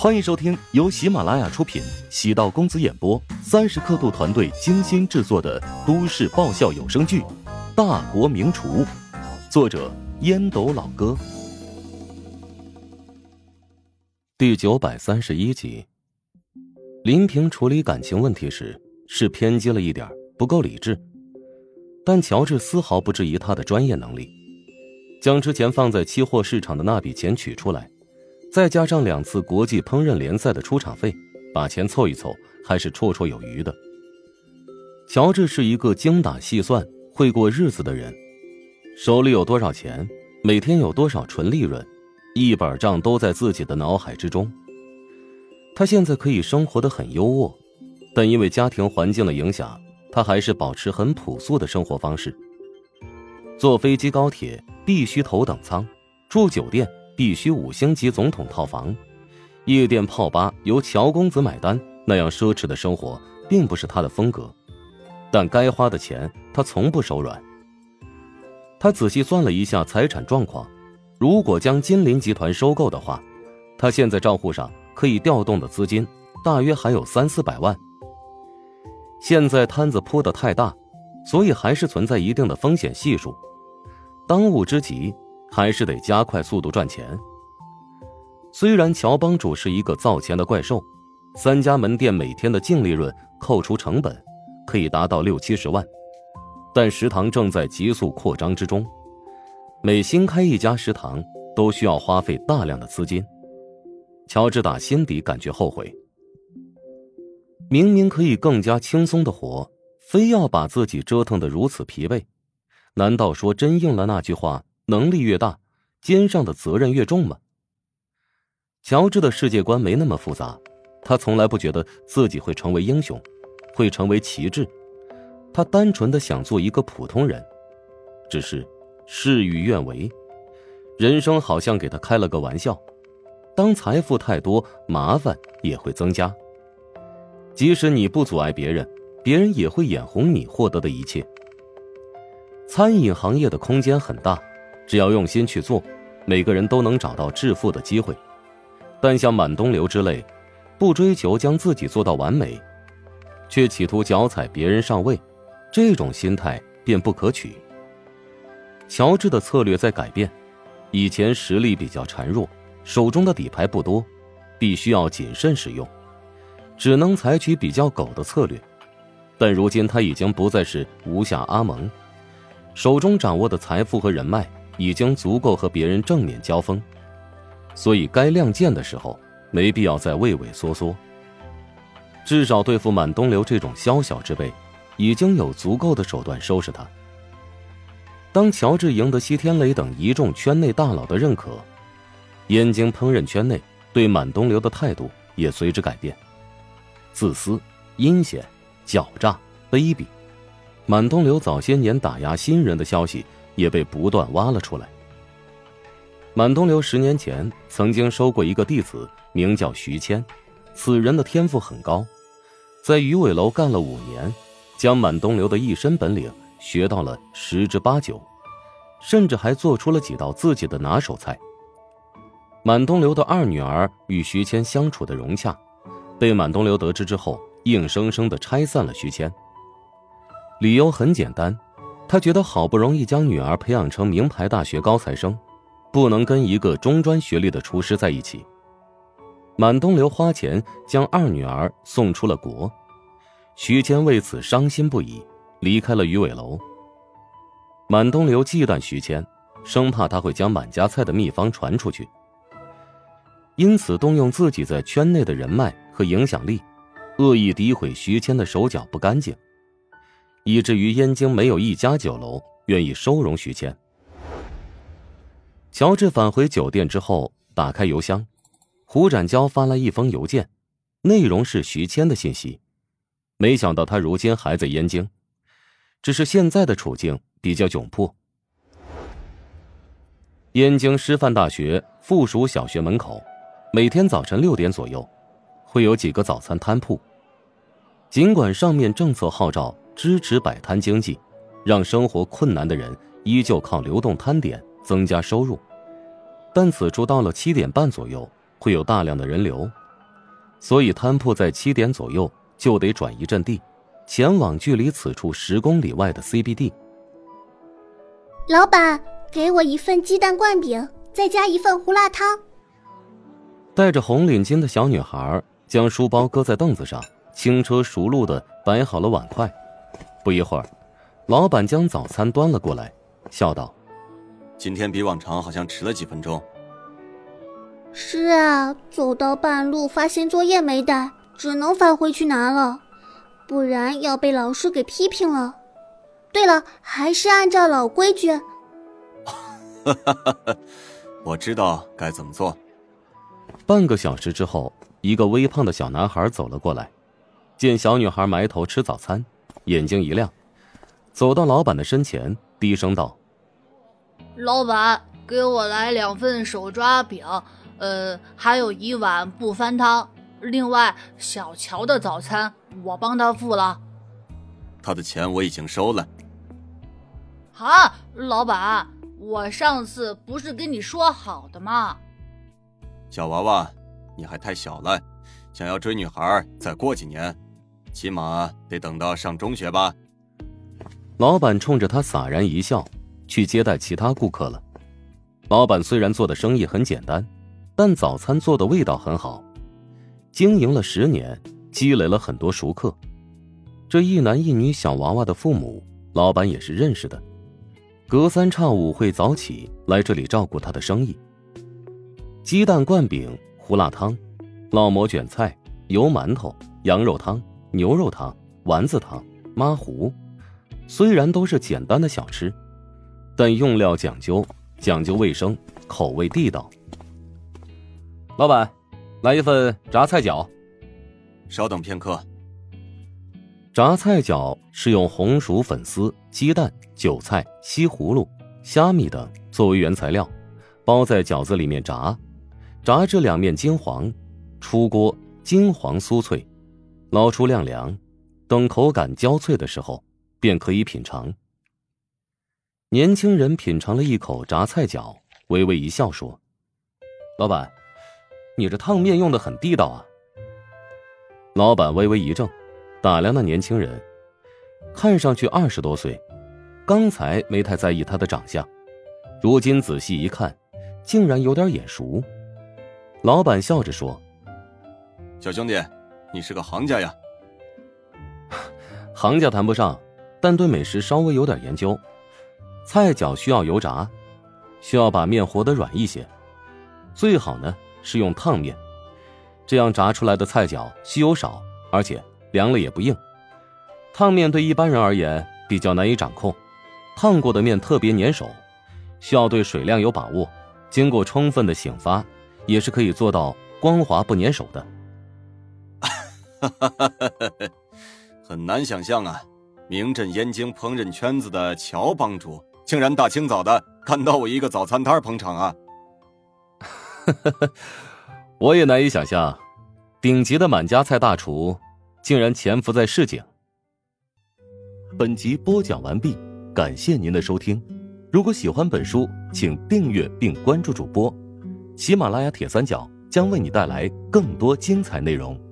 欢迎收听由喜马拉雅出品，喜道公子演播，30刻度团队精心制作的都市爆笑有声剧《大国名厨》，作者烟斗老哥。第931集。林平处理感情问题时是偏激了一点，不够理智，但乔治丝毫不质疑他的专业能力，将之前放在期货市场的那笔钱取出来，再加上2次国际烹饪联赛的出场费，把钱凑一凑还是绰绰有余的。乔治是一个精打细算会过日子的人，手里有多少钱，每天有多少纯利润，一本账都在自己的脑海之中。他现在可以生活得很优渥，但因为家庭环境的影响，他还是保持很朴素的生活方式。坐飞机高铁必须头等舱，住酒店必须5星级总统套房，夜店泡吧由乔公子买单，那样奢侈的生活并不是他的风格，但该花的钱他从不手软。他仔细算了一下财产状况，如果将金林集团收购的话，他现在账户上可以调动的资金大约还有300-400万。现在摊子铺得太大，所以还是存在一定的风险系数，当务之急还是得加快速度赚钱。虽然乔帮主是一个造钱的怪兽，3家门店每天的净利润扣除成本可以达到60-70万，但食堂正在急速扩张之中，每新开一家食堂都需要花费大量的资金。乔治打心底感觉后悔，明明可以更加轻松的活，非要把自己折腾得如此疲惫，难道说真应了那句话，能力越大，肩上的责任越重吗？乔治的世界观没那么复杂，他从来不觉得自己会成为英雄，会成为旗帜，他单纯的想做一个普通人，只是事与愿违，人生好像给他开了个玩笑，当财富太多，麻烦也会增加，即使你不阻碍别人，别人也会眼红你获得的一切。餐饮行业的空间很大，只要用心去做，每个人都能找到致富的机会。但像满东流之类，不追求将自己做到完美，却企图脚踩别人上位，这种心态便不可取。乔治的策略在改变，以前实力比较孱弱，手中的底牌不多，必须要谨慎使用，只能采取比较狗的策略。但如今他已经不再是无下阿蒙，手中掌握的财富和人脉已经足够和别人正面交锋，所以该亮剑的时候没必要再畏畏缩缩。至少对付满东流这种宵小之辈，已经有足够的手段收拾他。当乔治赢得西天雷等一众圈内大佬的认可，燕京烹饪圈内对满东流的态度也随之改变，自私、阴险、狡诈、卑鄙，满东流早些年打压新人的消息也被不断挖了出来。满东流10年前曾经收过一个弟子，名叫徐谦，此人的天赋很高，在鱼尾楼干了5年，将满东流的一身本领学到了10之8九，甚至还做出了几道自己的拿手菜。满东流的2女儿与徐谦相处的融洽，被满东流得知之后，硬生生地拆散了徐谦。理由很简单，他觉得好不容易将女儿培养成名牌大学高材生，不能跟一个中专学历的厨师在一起。满东流花钱将2女儿送出了国，徐谦为此伤心不已，离开了鱼尾楼。满东流忌惮徐谦，生怕他会将满家菜的秘方传出去，因此动用自己在圈内的人脉和影响力，恶意诋毁徐谦的手脚不干净，以至于燕京没有一家酒楼愿意收容徐谦。乔治返回酒店之后，打开邮箱，胡展娇发来一封邮件，内容是徐谦的信息。没想到他如今还在燕京，只是现在的处境比较窘迫。燕京师范大学附属小学门口，每天早晨6点左右，会有几个早餐摊铺。尽管上面政策号召支持摆摊经济，让生活困难的人依旧靠流动摊点增加收入，但此处到了7点半左右会有大量的人流， 所以摊铺在7点左右就得转移阵地，前往距离此处10公里外的 CBD。 老板，给我1份鸡蛋灌饼，再加1份胡辣汤。 戴着红领巾的小女孩将书包搁在凳子上，轻车熟路地摆好了碗筷。不一会儿，老板将早餐端了过来，笑道： 今天比往常好像迟了几分钟。 是啊，走到半路发现作业没带，只能返回去拿了，不然要被老师给批评了。对了，还是按照老规矩。 我知道该怎么做。 半个小时之后，一个微胖的小男孩走了过来，见小女孩埋头吃早餐，眼睛一亮，走到老板的身前，低声道： 老板，给我来2份手抓饼，还有1碗不翻汤。另外，小乔的早餐我帮他付了。 他的钱我已经收了。 啊，老板，我上次不是跟你说好的吗？ 小娃娃，你还太小了，想要追女孩再过几年，起码得等到上中学吧。 老板冲着他洒然一笑，去接待其他顾客了。老板虽然做的生意很简单，但早餐做的味道很好，经营了10年，积累了很多熟客。这1男1女小娃娃的父母，老板也是认识的，隔3差5会早起来这里照顾他的生意。鸡蛋灌饼、胡辣汤、烙馍卷菜、油馒头、羊肉汤、牛肉汤、丸子汤、妈糊，虽然都是简单的小吃，但用料讲究，讲究卫生，口味地道。老板，来1份炸菜饺。 稍等片刻。 炸菜饺是用红薯粉丝、鸡蛋、韭菜、西葫芦、虾米等作为原材料，包在饺子里面炸，炸至两面金黄，出锅金黄酥脆，捞出晾凉，等口感焦脆的时候便可以品尝。年轻人品尝了一口炸菜饺，微微一笑说：老板，你这烫面用得很地道啊。老板微微一怔，打量那年轻人，看上去20多岁，刚才没太在意他的长相，如今仔细一看，竟然有点眼熟。老板笑着说： 小兄弟，你是个行家呀。 行家谈不上，但对美食稍微有点研究。菜饺需要油炸，需要把面和得软一些，最好呢是用烫面，这样炸出来的菜饺吸油少，而且凉了也不硬。烫面对一般人而言比较难以掌控，烫过的面特别粘手，需要对水量有把握，经过充分的醒发，也是可以做到光滑不粘手的。 很难想象啊，名震燕京烹饪圈子的乔帮主竟然大清早的赶到我一个早餐摊捧场啊。 我也难以想象，顶级的满家菜大厨竟然潜伏在市井。本集播讲完毕，感谢您的收听。如果喜欢本书，请订阅并关注主播。喜马拉雅铁三角将为你带来更多精彩内容。